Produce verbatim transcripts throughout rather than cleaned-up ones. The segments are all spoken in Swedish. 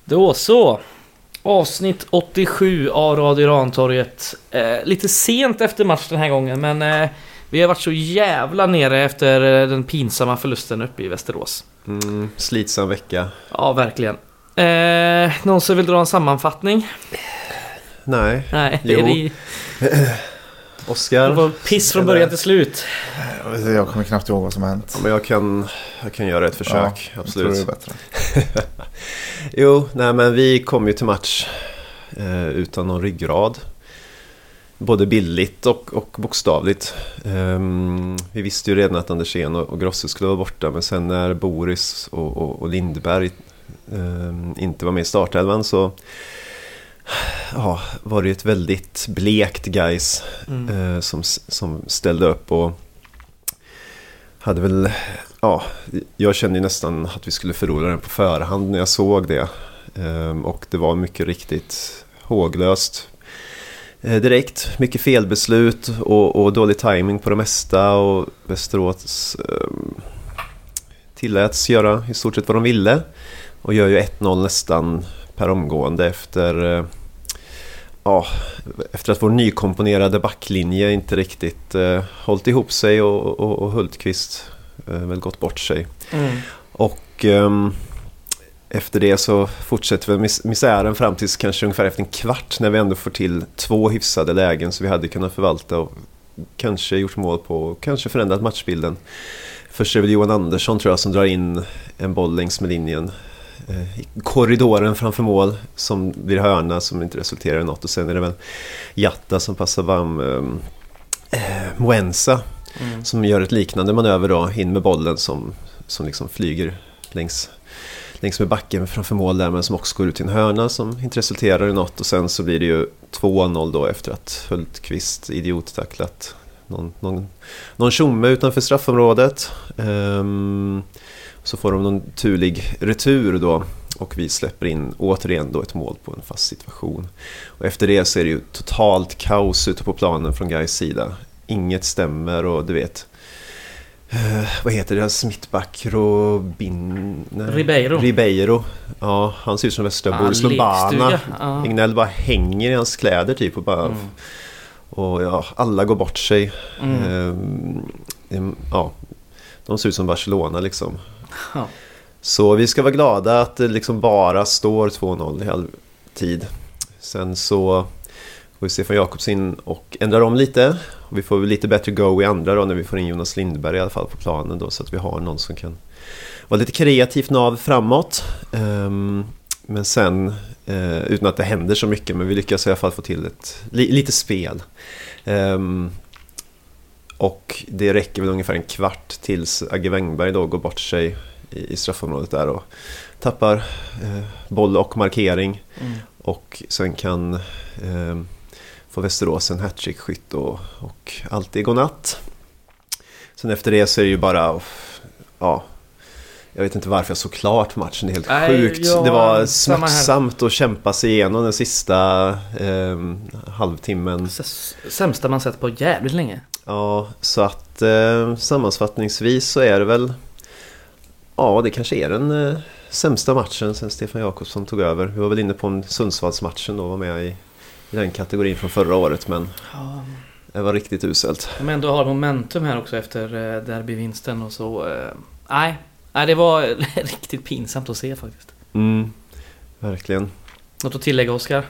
Då så. Avsnitt åttiosju av Radio Rantorget. Eh, lite sent efter match den här gången, men eh, vi har varit så jävla nere efter eh, den pinsamma förlusten uppe i Västerås. Mm, slitsam vecka. Ja, verkligen. Eh, någon som vill dra en sammanfattning? Nej. Nej, det är det. Oskar. Det var piss från början till slut. Jag kommer knappt ihåg vad som har hänt. Men jag kan, jag kan göra ett försök, ja, absolut. Jag tror det är bättre. Jo, nej men vi kom ju till match eh, utan någon ryggrad. Både bildligt och, och bokstavligt. Um, vi visste ju redan att Andersén och, och Grosse skulle vara borta. Men sen när Boris och, och, och Lindberg um, inte var med i startelvan så ja, var det ett väldigt blekt guys mm. uh, som, som ställde upp och hade väl, ja, jag kände ju nästan att vi skulle förlora den på förhand när jag såg det. Um, och det var mycket riktigt håglöst. Direkt, mycket felbeslut och, och dålig timing på det mesta och Västerås eh, tilläts göra i stort sett vad de ville och gör ju ett noll nästan per omgående efter eh, ja, efter att vår nykomponerade backlinje inte riktigt eh, hållit ihop sig och, och, och Hultqvist eh, väl gått bort sig. Mm. Och eh, efter det så fortsätter vi mis- misären fram tills kanske ungefär efter en kvart när vi ändå får till två hyfsade lägen så vi hade kunnat förvalta och kanske gjort mål på och kanske förändrat matchbilden. Först är det Johan Andersson tror jag som drar in en boll längs med linjen eh, i korridoren framför mål som blir hörna som inte resulterar i något och sen är det väl Jatta som passar fram eh, Moensa mm. som gör ett liknande manöver då in med bollen som, som liksom flyger längs längs med backen framför mål där men som också går ut i en hörna som inte resulterar i något och sen så blir det ju två noll då efter att Hultqvist idiottacklat någon, någon, någon tjomme utanför straffområdet um, så får de någon turlig retur då och vi släpper in återigen då ett mål på en fast situation och efter det så är det ju totalt kaos ute på planen från Gais sida, inget stämmer och du vet Uh, vad heter det? Smittback Robin... Ribeiro. Ribeiro. Ja, han ser ut som Västerbor ah, Slobana. Ah. Ignell bara hänger i hans kläder typ och bara... Mm. Och ja, alla går bort sig. Mm. Uh, ja, de ser ut som Barcelona liksom. Ah. Så vi ska vara glada att det liksom bara står två noll i halvtid. Sen så går Stefan Jakobsson och ändrar om lite. Och vi får lite bättre go i andra då när vi får in Jonas Lindberg i alla fall på planen då så att vi har någon som kan vara lite kreativt nav framåt. Um, men sen, uh, utan att det händer så mycket, men vi lyckas i alla fall få till ett li- lite spel. Um, och det räcker väl ungefär en kvart tills Agge Wängberg då går bort sig i, i straffområdet där och tappar uh, boll och markering. Mm. Och sen kan... Uh, får Västerås en hattrick-skytt och, och allt är godnatt. Sen efter det så är det ju bara ja, jag vet inte varför jag så klart matchen, det är helt Nej, sjukt ja, det var smärtsamt att kämpa sig igenom den sista eh, halvtimmen. S- sämsta man sett på jävligt länge. Ja, så att eh, sammanfattningsvis så är det väl ja, det kanske är den eh, sämsta matchen sen Stefan Jakobsson tog över. Vi var väl inne på en Sundsvallsmatchen då, var med i i den kategorin från förra året, men ja. Det var riktigt uselt. Men ändå har momentum här också efter derbyvinsten och så. Eh, nej, nej, det var riktigt pinsamt att se faktiskt. Mm, verkligen. Något att tillägga, Oskar?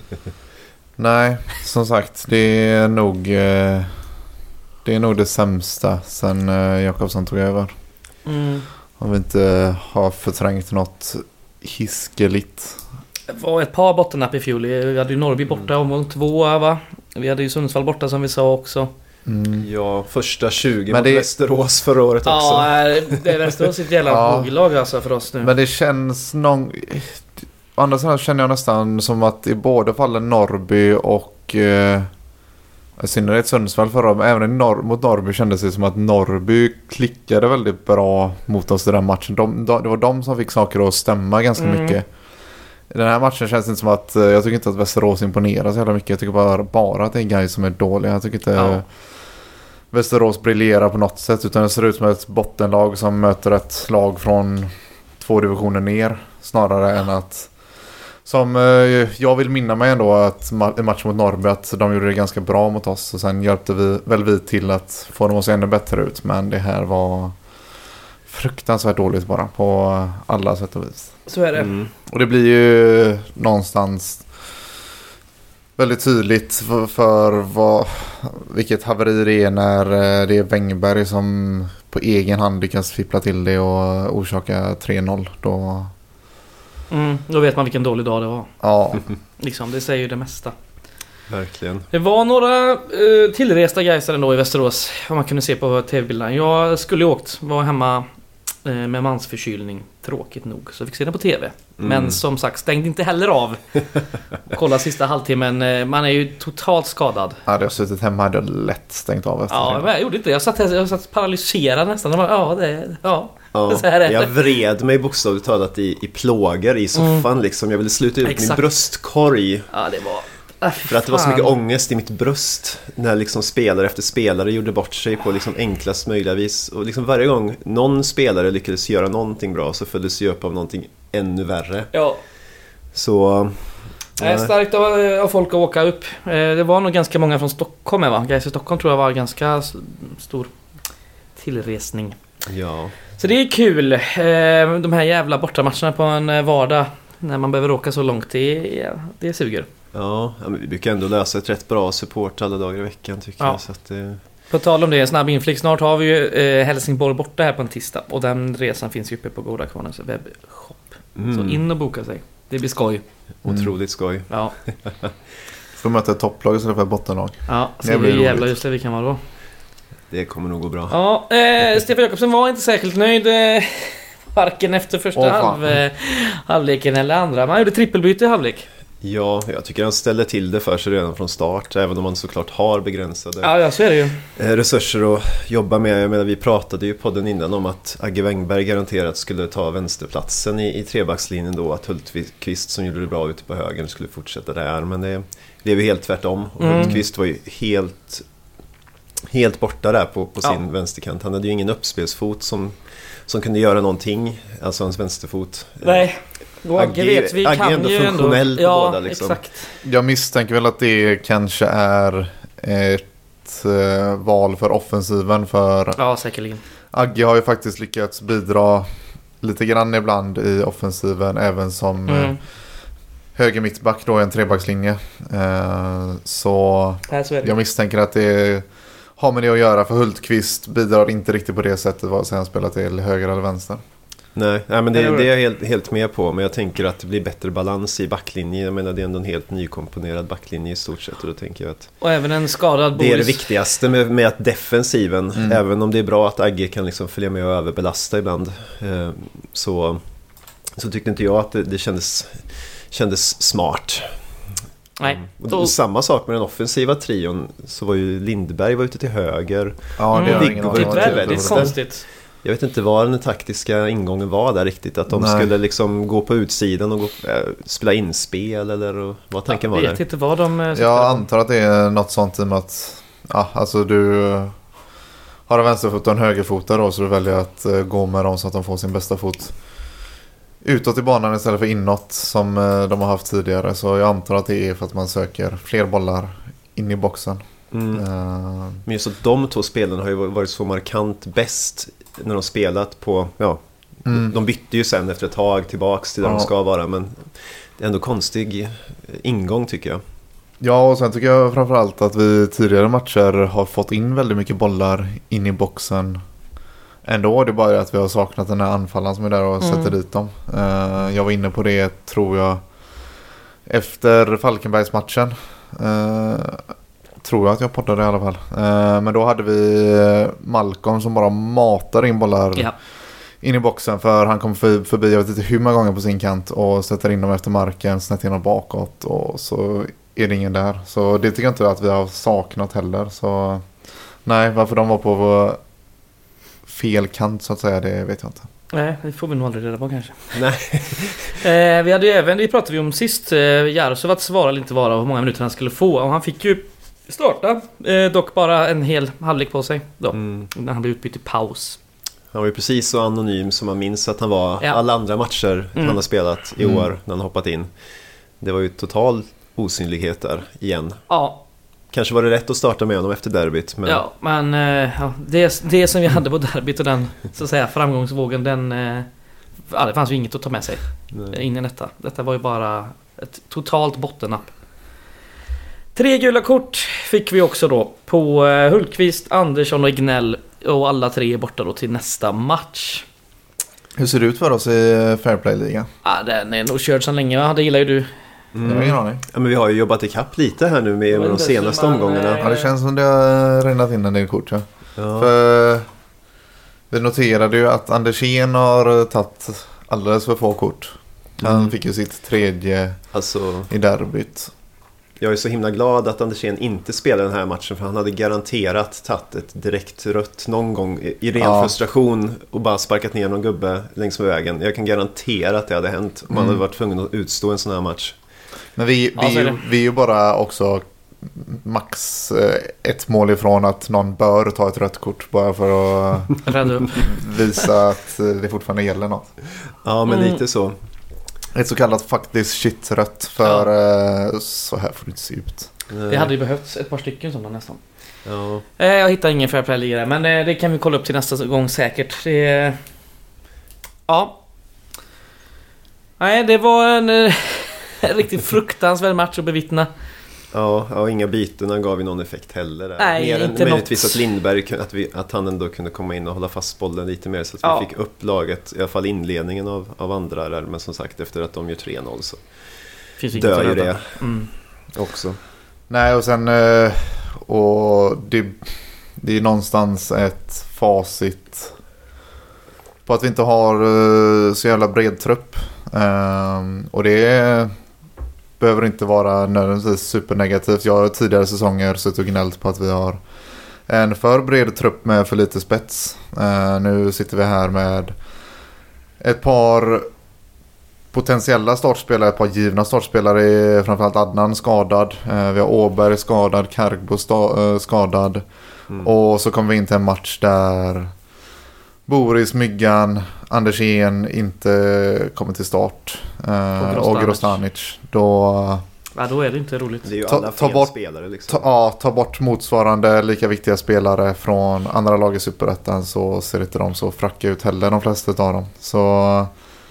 Nej, som sagt, det är nog eh, det är nog det sämsta sen eh, Jakobsson tog över. Mm. Om vi inte har förträngt något hiskeligt. Det var ett par bottennapp i fjol. Vi hade ju Norrby borta omgång två, va? Vi hade ju Sundsvall borta som vi sa också. Mm. Ja, första tjugo mot det... Västerås förra året också. Ja, det är Västerås ett jävla ja. bolag alltså för oss nu. Men det känns någon... Andra sidan känner jag nästan som att i båda fallen Norrby och eh, i synnerhet Sundsvall förra, men även i norr, mot Norrby kändes det som att Norrby klickade väldigt bra mot oss i den matchen. De, de, det var de som fick saker att stämma ganska mm. mycket. I den här matchen känns det inte som att jag tycker inte att Västerås imponerar så jävla mycket. Jag tycker bara, bara att det är en guy som är dålig. Jag tycker inte ja. Västerås briljerar på något sätt, utan det ser ut som ett bottenlag som möter ett lag från två divisioner ner snarare än att Som eh, jag vill minna mig ändå att ma- i matchen mot Norrby att de gjorde det ganska bra mot oss. Och sen hjälpte vi väl vi till att få dem att se ännu bättre ut. Men det här var fruktansvärt dåligt bara på alla sätt och vis. Så är det. Mm. Och det blir ju någonstans väldigt tydligt för, för vad, vilket haveri det är när det är Wängberg som på egen hand lyckas fippla till det och orsaka tre noll. Då, Mm, då vet man vilken dålig dag det var. ja. Liksom, det säger ju det mesta. Verkligen. Det var några uh, tillresta gaisare ändå i Västerås, vad man kunde se på tv-bilderna. Jag skulle ju åkt, var hemma uh, med mansförkylning, tråkigt nog, så jag fick se den på tv. Mm. Men som sagt, stängde inte heller av. Kolla sista halvtimmen, uh, man är ju totalt skadad. Hade jag suttit hemma hade jag lätt stängt av efter Ja, men jag gjorde inte det. Jag satt, jag satt paralyserad nästan. Jag bara, ja, det, ja. Ja, Så här är det. jag vred mig bokstavligt talat i, i plågor i soffan Mm. liksom. Jag ville sluta ut Exakt. min bröstkorg. Ja, det var... Äh, För att det var så fan. mycket ångest i mitt bröst när liksom spelare efter spelare gjorde bort sig på liksom enklast möjliga vis. Och liksom varje gång någon spelare lyckades göra någonting bra så följdes det upp av någonting ännu värre. Ja. Så... Det är starkt av, av folk att åka upp. Eh, Det var nog ganska många från Stockholm, va? Gais i Stockholm tror jag var ganska s- stor tillresning. Ja. Så det är kul. Eh, De här jävla bortamatcherna på en eh, vardag när man behöver åka så långt, det, ja, det suger. Ja, men vi brukar ändå lösa ett rätt bra support alla dagar i veckan tycker Ja. jag. Så att, eh, På tal om det, en snabb inflick. Snart har vi ju eh, Helsingborg borta här på en tisdag. Och den resan finns ju uppe på Goda Kvarnens webbshop. mm, Så in och boka sig. Det blir skoj. otroligt skoj. Ja, Får möta ett topplag istället för ett bottenlag. ja Det så blir det är jävla roligt. just det vi kan vara då. Det kommer nog gå bra. Ja, eh, Stefan Jakobsen var inte särskilt nöjd eh, varken efter första Åh, fan. halv, eh, halvleken eller andra. Man gjorde trippelbyte i halvlek. Ja, jag tycker han ställer till det för sig redan från start. Även om man såklart har begränsade Ja, ja, så är det ju. eh, resurser att jobba med. Jag menar, vi pratade ju i podden innan om att Agge Wängberg garanterat skulle ta vänsterplatsen i, i trebackslinjen då. Att Hultqvist som gjorde det bra ute på höger skulle fortsätta där. Men det blev ju helt tvärtom. Och Mm. Hultqvist var ju helt, helt borta där på, på sin Ja. vänsterkant. Han hade ju ingen uppspelsfot som, som kunde göra någonting. Alltså hans vänsterfot. Nej. Och Agge Agge- vet, vi Agge är kan ändå ju ändå... funktionell på ja, båda, liksom. exakt. Jag misstänker väl att det kanske är ett eh, val för offensiven. För Ja, säkerligen. Agge har ju faktiskt lyckats bidra lite grann ibland i offensiven. Även som eh, Mm. höger mittback då i en trebackslinje. Eh, så Nej, så är det. jag misstänker att det har med det att göra. För Hultqvist bidrar inte riktigt på det sättet vare sig han spelar till höger eller vänster. Nej, nej men det, Eller hur? det är jag helt, helt med på. Men jag tänker att det blir bättre balans i backlinjen. Jag menar, det är ändå en helt nykomponerad backlinje i stort sett. Och då tänker jag att Och även en skadad det är det Boris. viktigaste med, med att defensiven, Mm. även om det är bra att Agge kan liksom följa med och överbelasta ibland, eh, så, så tyckte inte jag att det, det kändes, kändes smart. Nej. Och Så, samma sak med den offensiva trion, så var ju Lindberg var ute till höger. Ja, Mm, det har Viggo jag ingen var det aning är om. ute till väldigt vänster. konstigt. Jag vet inte vad den taktiska ingången var där riktigt. Att de Nej. skulle liksom gå på utsidan och gå, äh, spela inspel eller och, vad tanken var Jag vet där. inte vad de... eh, Jag syftar på. antar att det är något sånt i med att ja, alltså du har en vänsterfot och en högerfotare då, så du väljer att uh, gå med dem så att de får sin bästa fot utåt i banan istället för inåt som uh, de har haft tidigare. Så jag antar att det är för att man söker fler bollar in i boxen. Mm. Uh, Men just att de två spelarna har ju varit så markant bäst när de spelat på, ja, mm. de bytte ju sen efter ett tag tillbaks till där Ja. de ska vara, men det är ändå konstig ingång tycker jag. Ja, och sen tycker jag framförallt att vi tidigare matcher har fått in väldigt mycket bollar in i boxen. Ändå, det är bara att vi har saknat den här anfallaren som är där och Mm. sätter dit dem. Uh, jag var inne på det, tror jag, efter Falkenbergsmatchen. Uh, tror jag att jag poddade i alla fall. Uh, men då hade vi Malcolm som bara matar in bollar Ja. in i boxen. För han kom för, förbi, jag vet inte hur många gånger på sin kant och sätter in dem efter marken, snett igenom bakåt. Och så är det ingen där. Så det tycker jag inte att vi har saknat heller. Så nej, varför de var på fel kant så att säga, det vet jag inte. Nej, det får vi nog aldrig reda på kanske. Nej. Eh, vi hade ju även, det pratade vi om sist, eh, Jarosovats vara eller inte vara och hur många minuter han skulle få. Och han fick ju starta, eh, dock bara en hel halvlek på sig då. Mm. När han blev utbytt i paus. Han var ju precis så anonym som man minns att han var Ja. alla andra matcher Mm. han har spelat i Mm. år när han hoppat in. Det var ju total osynlighet där igen. Ja. Kanske var det rätt att starta med honom efter derbyt. Men... Ja, men eh, ja, det, det som vi hade på derbyt och den så att säga, framgångsvågen, den, eh, ja, det fanns ju inget att ta med sig. Nej. In i detta. Detta var ju bara ett totalt bottennapp. Tre gula kort fick vi också då på eh, Hultqvist, Andersson och Ignell, och alla tre är borta då till nästa match. Hur ser det ut för oss i Fairplay-ligan? Ja, den är nog körd så länge, va? Det gillar ju du. Mm. Jag har ingen aning. Ja, men vi har ju jobbat i kapp lite här nu med, med de senaste man, omgångarna. Ja, det känns som det har regnat in en del kort. Ja. Ja. För vi noterade ju att Andersén har tagit alldeles för få kort. Han Mm. fick ju sitt tredje Alltså, i derbyt. jag är så himla glad att Andersén inte spelar den här matchen, för han hade garanterat tagit ett direkt rött någon gång i, i ren Ja. frustration och bara sparkat ner någon gubbe längs med vägen. Jag kan garantera att det hade hänt om man Mm. hade varit tvungen att utstå en sån här match. Men vi, Ja, vi, så är är ju- det. vi är ju bara också max eh, ett mål ifrån att någon bör ta ett rött kort bara för att Rädda upp. visa att eh, det fortfarande gäller något. Ja, men Mm. lite så. Ett så kallat faktiskt shit-rött för eh, så här får det inte se ut. Det hade ju behövts ett par stycken sådana nästan. Ja. Eh, Jag hittar ingen fair play-liga, men eh, det kan vi kolla upp till nästa gång säkert. Det, ja. Nej, det var en, eh, en riktigt fruktansvärd match att bevittna. Ja, ja, inga byten gav ju någon effekt heller där. Nej, mer än inte möjligtvis något. att Lindberg kun- att, vi, att han ändå kunde komma in och hålla fast bollen lite mer, så att Ja. vi fick upp laget, i alla fall inledningen av, av andra där. Men som sagt, efter att de gör tre noll så Finns dör inget ju att rädda. det Mm. också. Nej, och sen eh, och det, det är någonstans ett facit på att vi inte har eh, så jävla bred trupp. Ehm, och det behöver inte vara nödvändigtvis supernegativt. Jag har tidigare säsonger suttit och gnällt på att vi har en för bred trupp med för lite spets. Eh, nu sitter vi här med ett par potentiella startspelare, ett par givna startspelare, framförallt Adnan skadad. Eh, vi har Åberg skadad, Kargbo sta- eh, skadad. Mm. Och så kommer vi in till en match där Boris, Myggan, Andersén inte kommer till start. Eh, Och och Grostanic. Då Ja, då är det inte roligt. Det är ju Ta- alla ta fel bort- spelare liksom. ta, ja, ta bort motsvarande lika viktiga spelare från andra lag i Superettan, så ser inte de så fracka ut heller, de flesta av dem. Så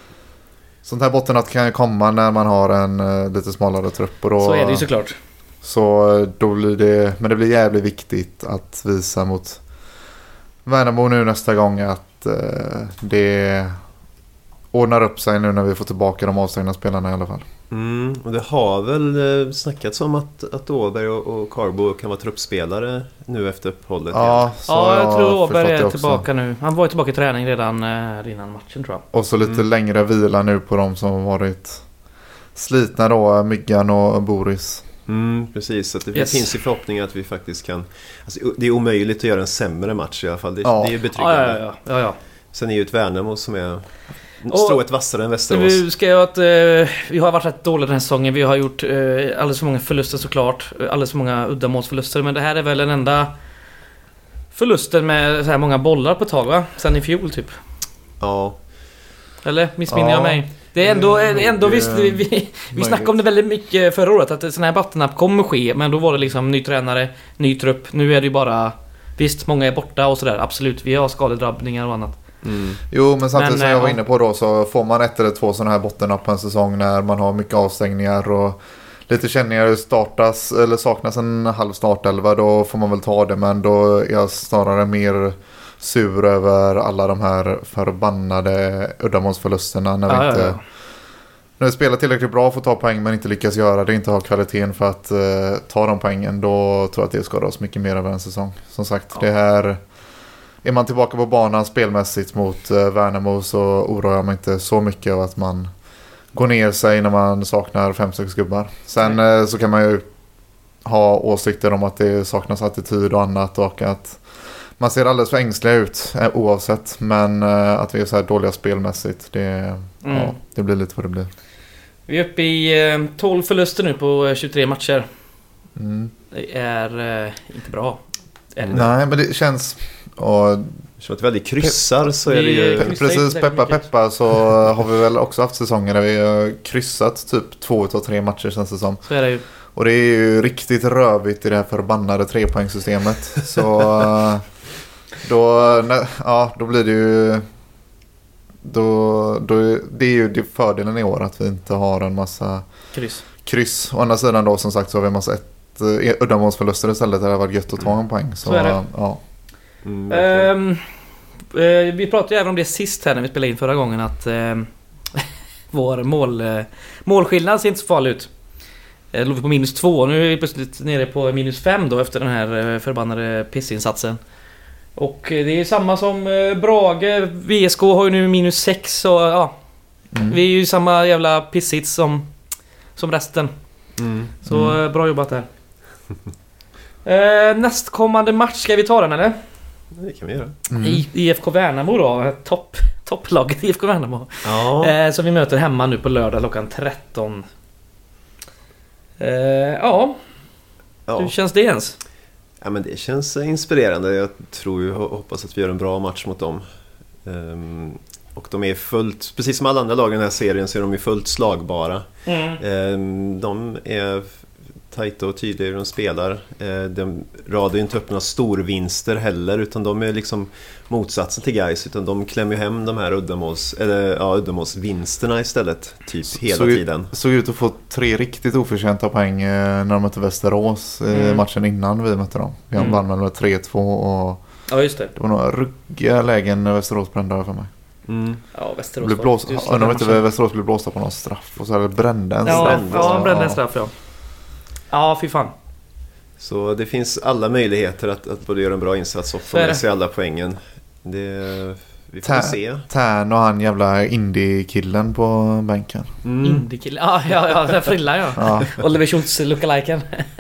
sånt här bottennatt kan ju komma när man har en uh, lite smalare trupp. Och då, Så är det ju såklart. Så då blir det, men det blir jävligt viktigt att visa mot Värnamo nu nästa gång att uh, det ordnar upp sig nu när vi får tillbaka de avstängda spelarna i alla fall. Mm, och det har väl eh, snackats om att, att Åberg och, och Karbo kan vara truppspelare nu efter uppehållet. Ja, så Ja, har jag tror förstått Åberg det är också. tillbaka nu. Han var ju tillbaka i träning redan eh, innan matchen, tror jag. Och så lite Mm. längre vila nu på de som har varit slitna då, Myggan och Boris. Mm, precis, så att det Yes. finns ju förhoppningar att vi faktiskt kan, alltså, det är omöjligt att göra en sämre match i alla fall. Det, Ja. det är ju Ja, betryggande. ja, ja, ja, ja. Sen är ju ett Värnamo som är Och- strået vassare än Västerås. Vi ska ju att eh, vi har varit rätt dåliga den här säsongen. Vi har gjort eh, alldeles för många förluster såklart. Alldeles för många uddamålsförluster. Men det här är väl den enda förlusten med så här många bollar på ett tag, va? Sen i fjol typ. Ja, Eller missminner Ja. jag mig? Det är ändå, Mm, ändå nog, visst, eh, vi, vi, vi snackade om det väldigt mycket förra året. Att sån här bottennapp kommer ske. Men då var det liksom ny tränare, ny trupp. Nu är det ju bara... Visst, många är borta och sådär. Absolut, vi har skadedrabbningar och annat. mm. Jo, men samtidigt Men, som jag var ja. inne på då, så får man ett eller två sådana här bottennapp på en säsong när man har mycket avstängningar och lite känningar startas eller saknas en halv startelva, då får man väl ta det. Men då är jag snarare mer sur över alla de här förbannade uddamålsförlusterna när vi Ja, ja, inte ja. när vi spelar tillräckligt bra för att ta poäng men inte lyckas göra det, inte har kvaliteten för att eh, ta de poängen, då tror jag att det skadar oss mycket mer över en säsong. Som sagt, Ja. det här är man tillbaka på banan spelmässigt mot eh, Värnamo, så oroar jag mig inte så mycket av att man går ner sig när man saknar fem sex gubbar. Sen eh, så kan man ju ha åsikter om att det saknas attityd och annat och att man ser alldeles för ängsliga ut eh, oavsett, men eh, att vi är så här dåliga spelmässigt, det, Mm. ja, det blir lite vad det blir. Vi är uppe i eh, tolv förluster nu på eh, tjugotre matcher. Mm. Det är eh, inte bra. Är det? Nej, men det känns... Och Eftersom att vi väldigt kryssar så är det ju... Pe- precis, peppa peppa så har vi väl också haft säsonger där vi har kryssat typ två utav tre matcher känns det som. Så är det ju. Och det är ju riktigt rövigt i det här förbannade trepoängssystemet. Så då, ja, då blir det ju... Då, då, det är ju det fördelen i år att vi inte har en massa kryss. kryss. Å andra sidan då som sagt så har vi en massa ett, uh, uddamålsförluster istället. Det har varit gött att ta en poäng. Så, så är det. Ja. Mm, um, uh, vi pratade ju även om det sist här när vi spelade in förra gången att uh, vår mål, uh, målskillnad ser inte så farlig ut. Uh, låg vi på minus två. Nu är vi plötsligt nere på minus fem då efter den här uh, förbannade pissinsatsen. Och uh, det är samma som uh, Brage. V S K har ju nu minus sex. Och ja, mm. vi är ju samma jävla pissits som, som resten. Mm. Så mm. uh, bra jobbat här. uh, nästkommande match, ska vi ta den eller? Det kan vi göra. Mm. I, I F K Värnamo då, topp, topplaget I F K Värnamo. Ja. Eh, som vi möter hemma nu på lördag klockan tretton. Eh, ja. Ja. Hur känns det ens? Ja, men det känns inspirerande. Jag tror ju och hoppas att vi gör en bra match mot dem. Um, och de är fullt, precis som alla andra lag i den här serien så är de ju fullt slagbara. Mm. Um, de är tajta och tydliga hur de spelar. Uh, de radar ju inte upp några storvinster heller utan de är liksom motsatsen till guys utan de klämmer ju hem de här uddamåls, eller, ja, uddamålsvinsterna istället typ hela såg, tiden. Såg ut att få tre riktigt oförtjänta poäng när de mötte Västerås i Mm. matchen innan vi mötte dem. Vi Mm. vann med tre två och Ja just det. det var några ruggiga lägen när Västerås brände för mig. Mm. Ja, Västerås Blev blåst, just undrar om inte matchen. Västerås blev blåsta på någon straff och så hade brände en Ja, straff. ja, brände en straff ja. Ja, fy fan. Så det finns alla möjligheter att, att både göra en bra insats och få Så är det. med sig alla poängen. Det, vi får Tär- se. Tärn och han jävla indie-killen på bänken. Mm. Indie-kille. Ja, ja, ja, den frillan ja. Ja, Oliver Schultz lookaliken.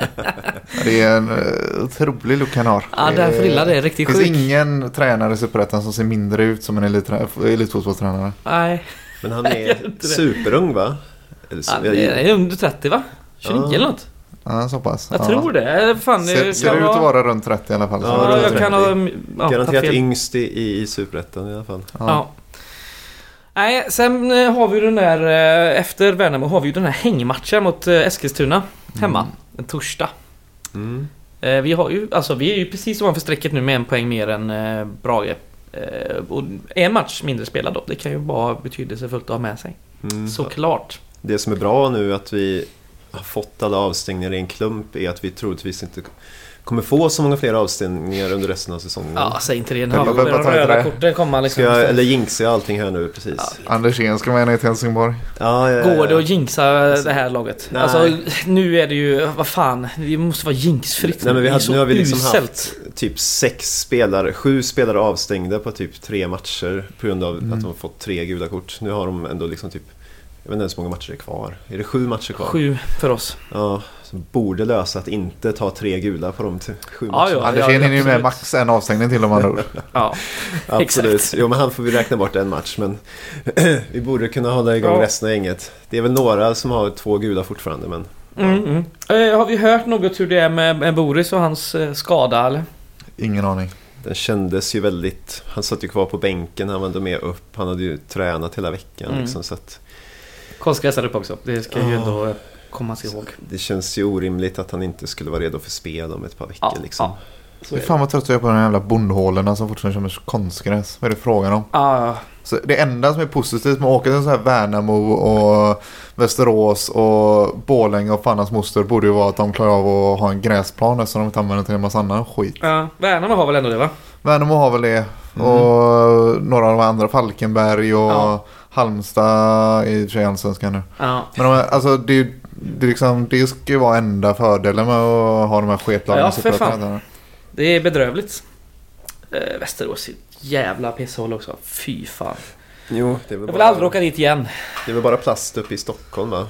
det är en uh, otrolig look han har. Ja, den frillan är riktigt Det finns sjuk. ingen tränare i Superettan som ser mindre ut som en eliträ- elitfotbollstränare. Nej. Men han Jag är vet inte det. superung va? Eller så, Ja, det är under trettio va? tjugonio Ja. eller något. Ja, så pass. Jag ja. tror det. Fan, det Ser, kan ser ut vara... att vara runt trettio i alla fall. Ja, Så Ja, runt jag trettio. kan ha... Ja, garanterat fel. yngst i, i, i Superettan i alla fall. Ja. Ja. Nej, sen eh, har vi den där... eh, Efter Värnamo har vi ju den här hängmatchen mot eh, Eskilstuna. Hemma. Mm. En torsdag. Mm. Eh, Vi har ju... Alltså vi är ju precis ovanför strecket nu med en poäng mer än eh, Brage. Eh, Och en match mindre spelad då. Det kan ju vara betydelsefullt att ha med sig. Mm. Såklart. Det som är bra nu att vi har fått alla avstängningar i en klump är att vi troligtvis inte kommer få så många fler avstängningar under resten av säsongen. Ja, säg inte det. Nu Peppa, har vi peppa, de ta inte röda det. korten komma liksom. Ska jag, eller jinxa allting här nu precis? Ja. Anders Ehn ska med ner till Helsingborg. Ja, ja, ja. Går det att jinxa det här laget? Nej. Alltså nu är det ju, vad fan, det måste vara jinxfritt. Nej, men vi Det är hade, så nu har vi liksom uselt. haft typ sex spelare, sju spelare avstängda på typ tre matcher på grund av Mm. att de har fått tre gula kort. Nu har de ändå liksom typ, jag vet inte ens hur många matcher det är kvar. Är det sju matcher kvar? Sju för oss. Ja, som borde lösa att inte ta tre gula på de t- sju Ja, matcherna. ja. Anders Ehn är ju med absolut. max en avstängning till om han ord. Ja, Absolut. exakt. Jo, men han får vi räkna bort en match, men vi borde kunna hålla igång Ja. resten av gänget. Det är väl några som har två gula fortfarande, men Mm, mm. Eh, har vi hört något hur det är med, med Boris och hans eh, skada eller? Ingen aning. den kändes ju väldigt... Han satt ju kvar på bänken, han var ändå med upp. Han hade ju tränat hela veckan. Mm. Liksom, så att, Konstgräsare upp också. Det ska ju Ja. ändå eh, komma sig ihåg. det känns ju orimligt att han inte skulle vara redo för spel om ett par veckor. Ja, liksom. ja. Så Hur är det. fan vad trött jag är på de här jävla bondhålorna som fortfarande kör med konstgräs. Vad är det frågan om? Ja, Så det enda som är positivt med att åka till så här Värnamo och Västerås och Borlänge och fan hans moster borde ju vara att de klarar av att ha en gräsplan eftersom de inte använder till en massa annan skit. ja. Värnamo har väl ändå det va? Värnamo har väl det. Mm. Och några av de andra, Falkenberg och Ja. Halmstad i Allsvenskan nu. Ja. Men de, är- alltså det, är- det, är liksom, det ska ju vara enda fördelen med att ha de här sketlagen. Ja, i för Superettan. fan. Det är bedrövligt. Eh, Västerås är ett jävla pisshåll också. Fy fan. Jo, det är väl Jag vill bara, aldrig åka dit igen. det är väl bara plast uppe i Stockholm, va?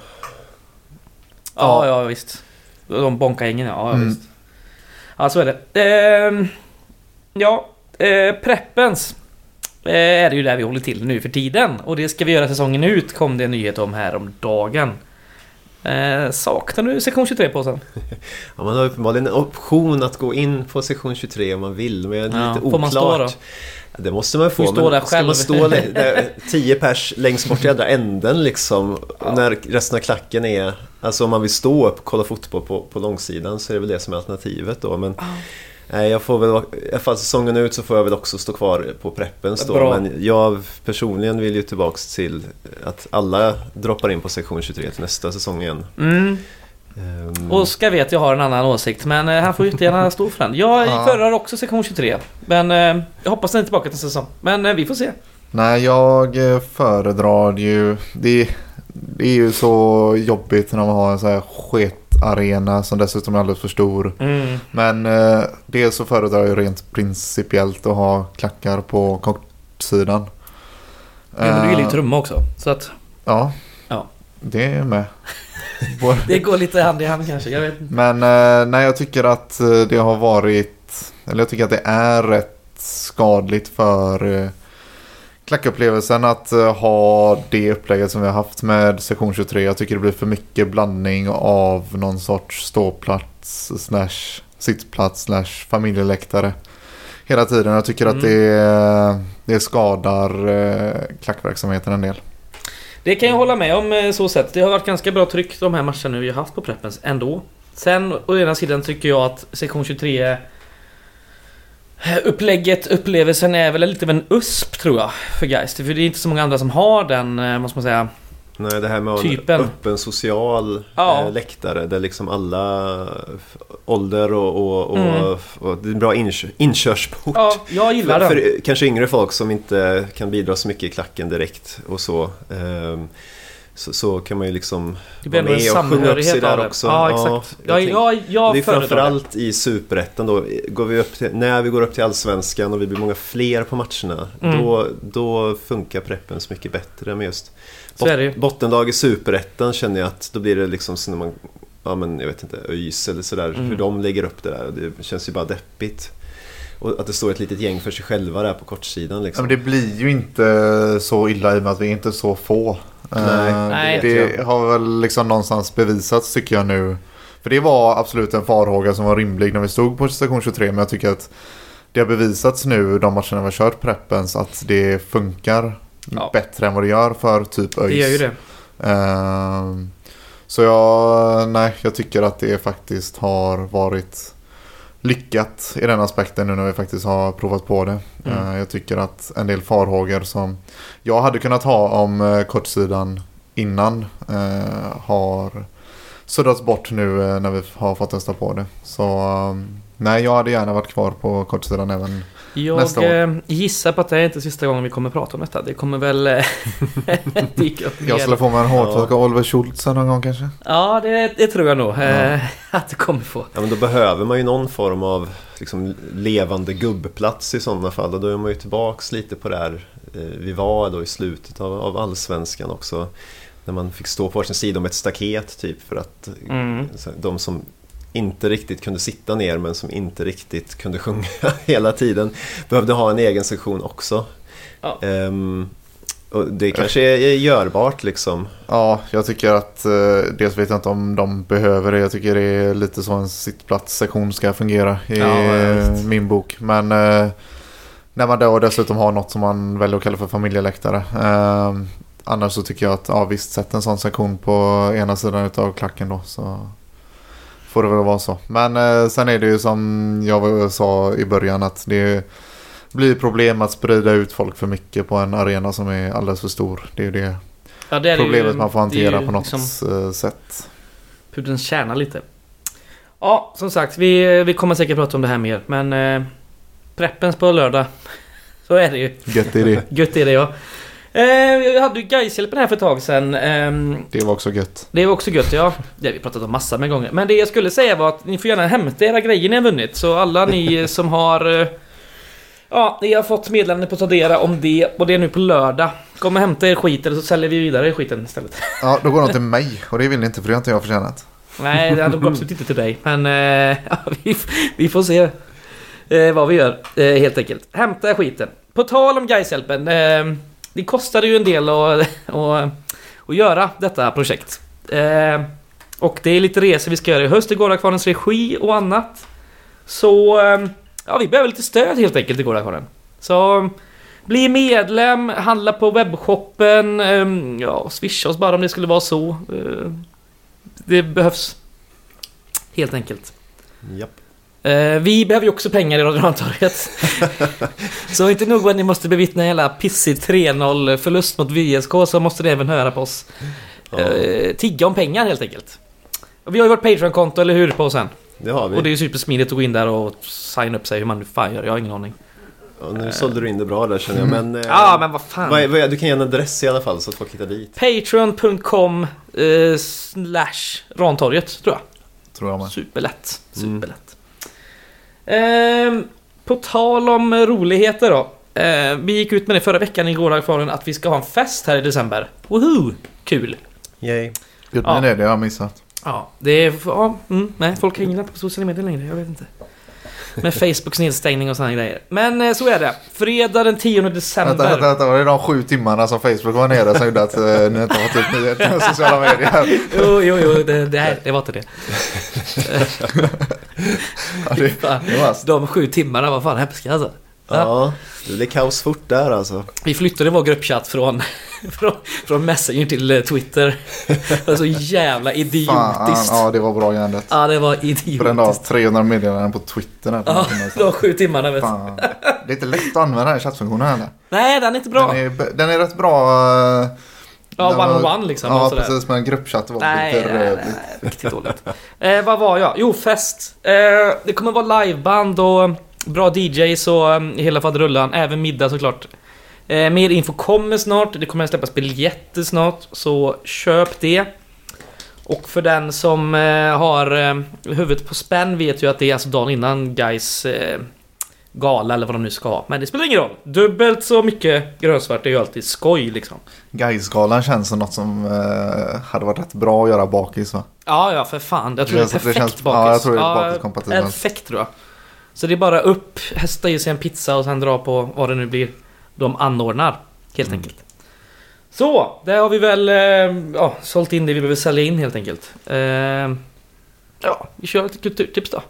Ja, ja visst. De bonkagängen, ja, ja Mm. visst. Ja, så är det. Ehm, ja, eh, preppens eh, är det ju där vi håller till nu för tiden. Och det ska vi göra säsongen ut, kom det en nyhet om här om dagen. Eh, saknar du sektion tjugotre på sen? Ja, man har uppenbarligen en option att gå in på sektion tjugotre om man vill, men det är Ja, lite får man stå då? oklart. Ja, det måste man få, Får stå men där ska själv? man stå där, tio pers längst bort i andra änden liksom, Ja. när resten av klacken är, alltså om man vill stå upp och kolla fotboll på, på långsidan, så är det väl det som är alternativet då, men Ja. nej, jag får väl, i alla fall säsongen ut så får jag väl också stå kvar på preppens då, Bra. men jag personligen vill ju tillbaks till att alla droppar in på sektion tjugotre till nästa säsong igen. Mm. Um, Oskar vet jag har en annan åsikt, men eh, han får ju inte gärna stå för den. Jag Ja. föredrar också sektion tjugotre, men eh, jag hoppas den är tillbaka till säsong. Men eh, vi får se. Nej, jag eh, föredrar ju... Det, det är ju så jobbigt när man har en så här sketarena som dessutom är alldeles för stor. Mm. Men eh, det så föredrar jag ju rent principiellt att ha klackar på kortsidan. Ja, men du gillar ju Eh, trumma också, så att Ja, Ja. det är med. Både- det går lite hand i hand kanske, jag vet inte. Men eh, nej, jag tycker att eh, det har varit, eller jag tycker att det är rätt skadligt för eh, klackupplevelsen att eh, ha det upplägget som vi har haft med sektion tjugotre. Jag tycker det blir för mycket blandning av någon sorts ståplats slash sittplats slash familjeläktare hela tiden. Jag tycker Mm. att det, det skadar eh, klackverksamheten en del. Det kan jag hålla med om eh, så sätt. Det har varit ganska bra tryck de här matcherna vi har haft på preppens ändå. Sen å ena sidan tycker jag att sektion tjugotre eh, upplägget, upplevelsen är väl lite av en U S P tror jag för Geist. För det är inte så många andra som har den, eh, måste man säga. Nej, det här med Typen. en öppen social Ja. eh, läktare där liksom alla f- ålder och, och, och, Mm. och det är en bra inkörs, inkörsport. Ja, jag gillar för, den. för kanske yngre folk som inte kan bidra så mycket i klacken direkt och så. ehm, så, så kan man ju liksom Det blir vara ändå en med och sjunga upp sig samhörighet av där det. också. Ja, exakt. jag Ja, tänk- ja, jag det är föredrar det. framförallt i superettan då, går vi upp till, när vi går upp till allsvenskan och vi blir många fler på matcherna, Mm. då, då funkar preppen så mycket bättre med just Så är det ju. bottenlag i superettan. Känner jag att då blir det liksom så när man, ja men jag vet inte, ÖIS eller sådär, Mm. hur de lägger upp det där, och det känns ju bara deppigt. Och att det står ett litet gäng för sig själva där på kortsidan Ja, liksom. men det blir ju inte så illa i och med att vi är inte så få. Nej, Eh, Nej. det vet jag. har väl liksom någonstans bevisats tycker jag nu. För det var absolut en farhåga som var rimlig när vi stod på sektion tjugotre. Men jag tycker att det har bevisats nu de matcherna vi har kört preppens att det funkar Ja. bättre än vad det gör för typ ÖIS. Det gör ju det. Ehm, så jag, nej, jag tycker att det faktiskt har varit lyckat i den aspekten nu när vi faktiskt har provat på det. Mm. Ehm, jag tycker att en del farhågor som jag hade kunnat ha om eh, kortsidan innan eh, har suddats bort nu eh, när vi har fått testa på det. Så um, nej, jag hade gärna varit kvar på kortsidan även nästa år. Jag eh, gissar på att det är inte sista gången vi kommer prata om detta. Det kommer väl eh, dyka upp Jag mer. skulle få mig en hårdtag av Oliver Schultz någon gång kanske. Ja, det, det tror jag nog eh, att det kommer få. Ja, men då behöver man ju någon form av liksom, levande gubbplats i sådana fall. Och då är man ju tillbaks lite på det här eh, vi var då i slutet av, av allsvenskan också. När man fick stå på varsin sida om ett staket typ för att Mm. så, de som inte riktigt kunde sitta ner men som inte riktigt kunde sjunga hela tiden behövde ha en egen sektion också. Ja. Ehm, och det kanske är, är görbart liksom. Ja, jag tycker att eh, dels vet jag inte om de behöver det. Jag tycker det är lite så en sittplatssektion ska fungera i Ja, ja, eh, visst. min bok. Men eh, när man då dessutom har något som man väljer att kalla för familjeläktare. Eh, annars så tycker jag att ja, visst, sätt en sån sektion på ena sidan utav klacken då, så får det väl vara så. Men eh, sen är det ju som jag sa i början att det blir problem att sprida ut folk för mycket på en arena som är alldeles för stor. Det är ju det Ja, det är det problemet ju, man får det är ju hantera på något liksom eh, sätt. pudelns kärna lite. Ja, som sagt, vi, vi kommer säkert prata om det här mer. Men eh, preppens på lördag. Så är det ju. Gött är det. Gött är det, ja. Eh, jag hade ju Gaishjälpen här för ett tag sedan. Eh, Det var också gött. det var också gött, ja. Det har vi pratat om massor med gånger. Men det jag skulle säga var att ni får gärna hämta era grejer ni har vunnit. Så alla ni som har... Eh, ja, ni har fått meddelande på Tradera om det. Och det är nu på lördag. Kom och hämta er skit eller så säljer vi vidare skiten istället. Ja, då går de till mig. Och det vill ni inte, för det har inte jag förtjänat. Nej, det går absolut inte till dig. Men eh, ja, vi, vi får se eh, vad vi gör, eh, helt enkelt. Hämta skiten. På tal om Gaishjälpen. Eh, det kostade ju en del att, att, att göra detta projekt. Eh, Och det är lite resor vi ska göra i höst i Gårdakvarnens regi och annat. Så ja, vi behöver lite stöd helt enkelt i Gårdakvarnen. Så bli medlem, handla på webbshoppen, ja, swisha oss bara om det skulle vara så. Det behövs helt enkelt. Japp. Vi behöver ju också pengar i Radio Rantorget. Så inte nog att ni måste bevittna en hela pissig tre noll förlust mot V S K, så måste ni även höra på oss. Ja. Tigga om pengar helt enkelt. Och vi har ju vårt Patreon-konto, eller hur, på sen. Det har vi. Och det är ju supersmidigt att gå in där och signa upp sig, hur man nu fan gör. Jag har ingen aning. Ja, nu sålde du in det bra där, känner jag. Men, mm. Ja, men vad fan. Vad är, vad är, du kan ge en adress i alla fall så att folk hittar dit. Patreon punkt com eh, slash Rantorget, tror jag. Tror jag med. Superlätt. Superlätt. Mm. Eh, på tal om roligheter då. Eh, vi gick ut med det förra veckan i Gårdakvarnen att vi ska ha en fest här i december. Woohoo! Kul. Yay. Gjorde ja. ni det? Det har jag missat. Ja, det är... Ja, mm, nej, folk hänger inte på sociala medier längre. Jag vet inte. Med Facebooks nedstängning och sådana grejer. Men eh, så är det. Fredag den tionde december. Vänta, vänta, vänta. Var det de sju timmarna som Facebook var nere som gjorde att eh, ni inte har fått ut nyheter på sociala medier? Jo, jo, jo. Det, det, här, det var inte det. Ja, det, det var... De sju timmarna var fan hemska alltså. Ja, ja, det blev kaos fort där alltså. Vi flyttade vår gruppchatt från, från, från Messenger till Twitter. Det var så jävla idiotiskt. Fan, ja, det var bra gärdet. Ja, det var idiotiskt. För den dag trehundra meddelanden på Twitter. Där på ja, de sju timmarna vet fan. Det är inte lätt att använda den här chattfunktionen heller. Nej, den är inte bra. Den är, den är rätt bra. Ja, one on one liksom. Ja, precis, men en gruppchatt var nej, lite nej, nej, riktigt dåligt. eh, Vad var jag? Jo, fest. eh, Det kommer vara liveband och bra D Js och um, hela faderullan. Även middag såklart. eh, Mer info kommer snart. Det kommer att släppas biljetter snart. Så köp det. Och för den som eh, har eh, huvudet på spänn vet ju att det är alltså dagen innan guys eh, gala eller vad de nu ska ha. Men det spelar ingen roll. Dubbelt så mycket grönsvart är ju alltid skoj liksom. Gaisgalan känns som något som eh, hade varit rätt bra att göra bakis, va? Ja, ja, för fan. Jag tror det, det är perfekt det känns, bakis. Ja, jag tror det är bakis kompatibelt. Perfekt, tror jag. Så det är bara upp, hästa i sig en pizza och sen dra på vad det nu blir de anordnar, helt mm. enkelt. Så, där har vi väl eh, ja, sålt in det vi behöver sälja in helt enkelt. Eh, ja, vi kör lite kulturtips då.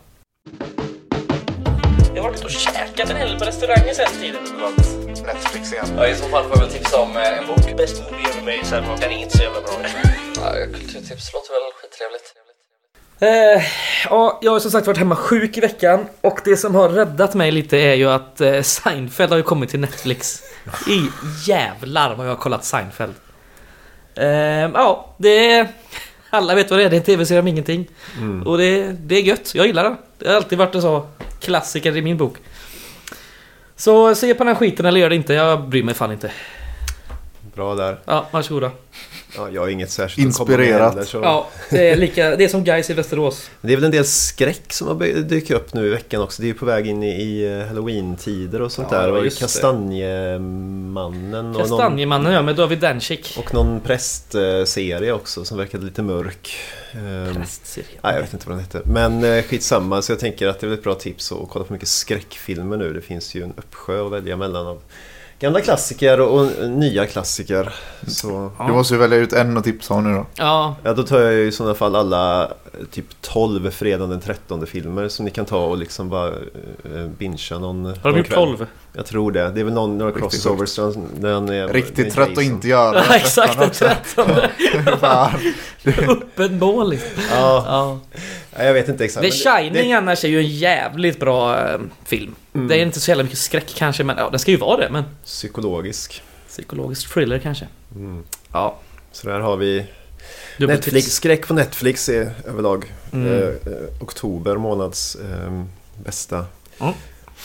Jag har varit och käkat en hel på restauranger sen tiden. Netflix igen. Ja, i så fall får jag väl tipsa om en bok. Best movie ever made, så den är inte så jävla bra. Ja, kulturtips låter väl skittrevligt. Eh, ja, jag har som sagt varit hemma sjuk i veckan. Och det som har räddat mig lite är ju att eh, Seinfeld har ju kommit till Netflix. I jävlar vad jag har kollat Seinfeld. eh, Ja, det är... Alla vet vad det är, det är en tv-serie om ingenting. mm. Och det, det är gött, jag gillar det. Det har alltid varit en så klassiker i min bok. Så se på den här skiten eller gör det inte, jag bryr mig fan inte. Bra där. Ja, varsågoda. Ja, jag har inget särskilt inspirerat. Heller, så... Ja, det är lika, det är som guys i Västerås. Det är väl en del skräck som har dykt upp nu i veckan också. Det är ju på väg in i Halloween-tider och sånt, ja, där. Och Kastanjemannen. Kastanjemannen, någon... ja, med David Dencik. Och någon prästserie också som verkade lite mörk. Prästserie? Nej, jag vet inte vad den heter. Men skitsamma, så jag tänker att det är väl ett bra tips att kolla på mycket skräckfilmer nu. Det finns ju en uppsjö att välja mellan av gamla klassiker och nya klassiker. Så... Ja. Du måste ju välja ut en och tipsa om nu då. Ja. Ja, då tar jag i sådana fall alla typ tolv fredagen den trettonde filmer som ni kan ta och liksom bara uh, bingea någon. Har de gjort tolv? Jag tror det. Det är väl någon, några crossovers den är riktigt trött att inte göra. Ja, exakt, den trettonde. Öppen mål. Ja. Ja. Jag vet inte exakt. The Shining det, det... annars är ju en jävligt bra uh, film. Mm. Det är inte så jävla mycket skräck kanske, men ja, den ska ju vara det, men psykologisk. Psykologisk thriller kanske. Mm. Ja. Så där har vi Netflix, skräck på Netflix är överlag mm. eh, eh, oktober månads eh, bästa. Mm.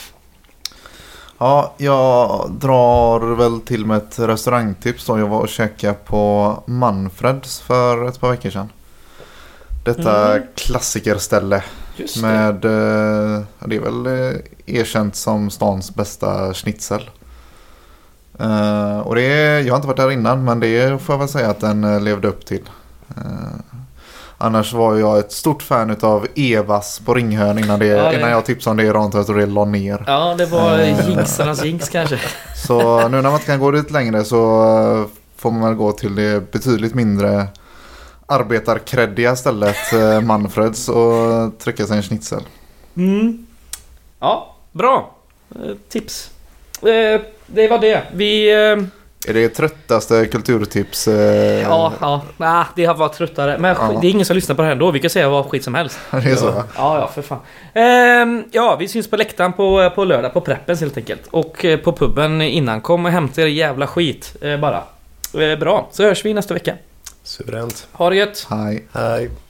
Ja, jag drar väl till med ett restaurangtips då. Jag var och käkade på Manfreds för ett par veckor sedan. Detta mm. klassikerställe med, eh, det är väl eh, erkänt som stans bästa schnitzel. Uh, och det är, jag har inte varit där innan, men det får jag väl säga att den uh, levde upp till. Uh, annars var jag ett stort fan av Evas på Ringhörn innan, det, ja, innan jag tipsade om det i Rantorget och det la ner. Ja, det var uh, jinxarnas jinx kanske. Så nu när man inte kan gå dit längre så uh, får man väl gå till det betydligt mindre arbetarkreddiga stället eh, Manfreds och trycka sig en schnitzel. Mm. Ja, bra. Eh, tips. Eh, det var det. Vi... Eh, Är det tröttaste kulturtips? Eh... ja, ja. Nah, det har varit tröttare. Men Ja. det är ingen som lyssnar på det här ändå. Vi kan säga vad skit som helst. Det är så. Ja, ja, för fan. Ehm, ja, vi syns på läktaren på, på lördag på Preppens helt enkelt. Och eh, på puben innan. Kom och hämta er jävla skit eh, bara. Eh, bra, så hörs vi nästa vecka. Suveränt. Ha det gött. Hej. Hej.